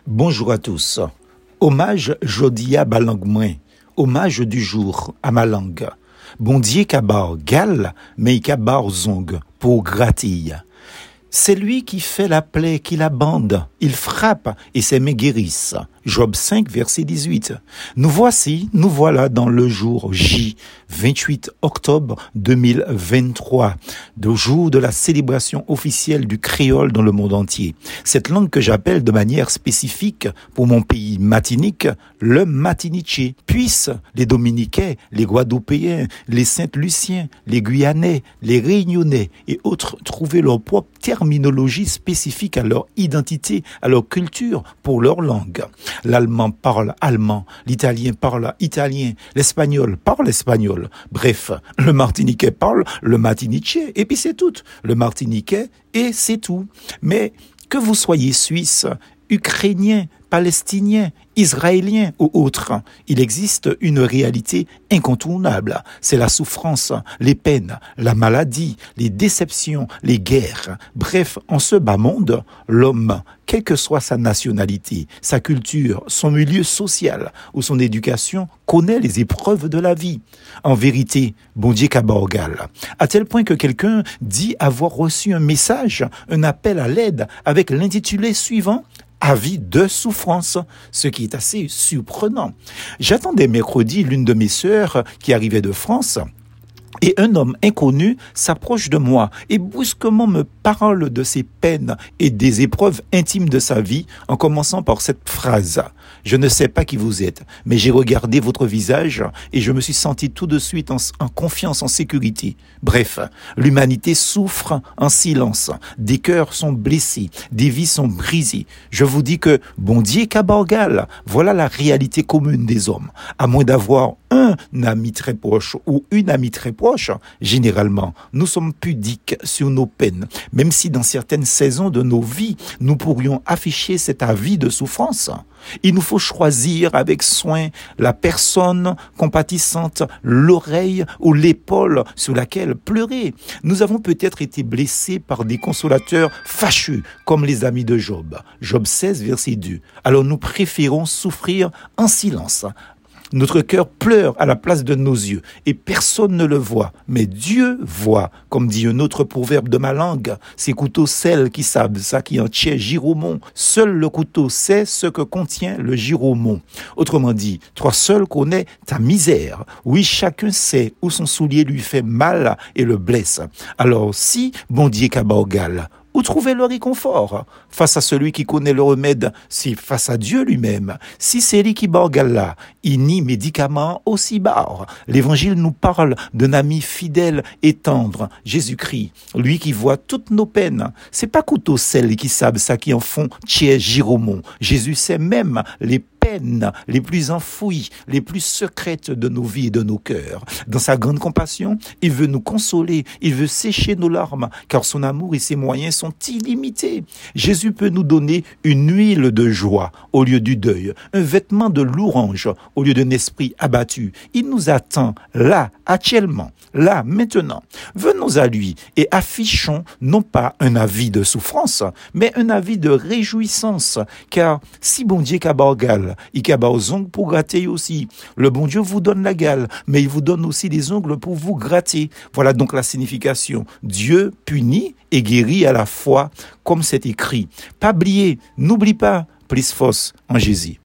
Bonjour à tous. Hommage jodi à ma langue moins. Hommage du jour à ma langue. Bon Dieu kabar gal, mais kabar zong pour gratille. C'est lui qui fait la plaie, qui la bande. Il frappe et ses mains guérissent. Job 5, verset 18. Nous voilà dans le jour J, 28 octobre 2023, le jour de la célébration officielle du créole dans le monde entier. Cette langue que j'appelle de manière spécifique pour mon pays Martinique, le Martiniquais. Puissent les Dominicains, les Guadeloupéens, les Saint-Luciens, les Guyanais, les Réunionnais et autres trouver leur propre terminologie spécifique à leur identité, à leur culture, pour leur langue. L'allemand parle allemand, l'italien parle italien, l'espagnol parle espagnol. Bref, le martiniquais parle le martiniquais, et puis c'est tout. Le martiniquais, et c'est tout. Mais que vous soyez suisse, ukrainien, palestinien, israélien ou autre, il existe une réalité incontournable. C'est la souffrance, les peines, la maladie, les déceptions, les guerres. Bref, en ce bas monde, l'homme, quelle que soit sa nationalité, sa culture, son milieu social ou son éducation, connaît les épreuves de la vie. En vérité, bon Dieu kaborgal, à tel point que quelqu'un dit avoir reçu un message, un appel à l'aide avec l'intitulé suivant: avis de souffrance, ce qui est assez surprenant. J'attendais mercredi l'une de mes sœurs qui arrivait de France, et un homme inconnu s'approche de moi et brusquement me parle de ses peines et des épreuves intimes de sa vie, en commençant par cette phrase: je ne sais pas qui vous êtes, mais j'ai regardé votre visage et je me suis senti tout de suite en confiance, en sécurité. Bref, l'humanité souffre en silence, des cœurs sont blessés, des vies sont brisées. Je vous dis que, bon Dieu kaborgal, voilà la réalité commune des hommes. À moins d'avoir un ami très proche ou une amie très proche, généralement, nous sommes pudiques sur nos peines, même si dans certaines saisons de nos vies, nous pourrions afficher cet avis de souffrance. Il nous faut choisir avec soin la personne compatissante, l'oreille ou l'épaule sur laquelle pleurer. Nous avons peut-être été blessés par des consolateurs fâcheux, comme les amis de Job. Job 16, verset 2. Alors nous préférons souffrir en silence. Notre cœur pleure à la place de nos yeux et personne ne le voit, mais Dieu voit, comme dit un autre proverbe de ma langue. Ces couteaux celles qui savent ça qui en tient giromon. Seul le couteau sait ce que contient le giromon. Autrement dit, toi seul connais ta misère. Oui, chacun sait où son soulier lui fait mal et le blesse. Alors si, bon Dieu kaborgal, où trouver le réconfort? Face à celui qui connaît le remède, c'est face à Dieu lui-même. Si c'est lui qui borgale là, il nie médicament aussi barre. L'évangile nous parle d'un ami fidèle et tendre, Jésus-Christ, lui qui voit toutes nos peines. C'est pas couteau celles qui savent ça qui en font tiers giromon. Jésus sait même les peines les plus enfouies, les plus secrètes de nos vies et de nos cœurs. Dans sa grande compassion, il veut nous consoler, il veut sécher nos larmes, car son amour et ses moyens sont illimités. Jésus peut nous donner une huile de joie au lieu du deuil, un vêtement de louange au lieu d'un esprit abattu. Il nous attend là, actuellement, là, maintenant. Venons à lui et affichons non pas un avis de souffrance, mais un avis de réjouissance, car si bon Dieu kaborgal, il kabar ongles pour gratter aussi. Le bon Dieu vous donne la gale, mais il vous donne aussi des ongles pour vous gratter. Voilà donc la signification. Dieu punit et guérit à la fois, comme c'est écrit. Pas oublier, n'oublie pas, plus force en Jésus.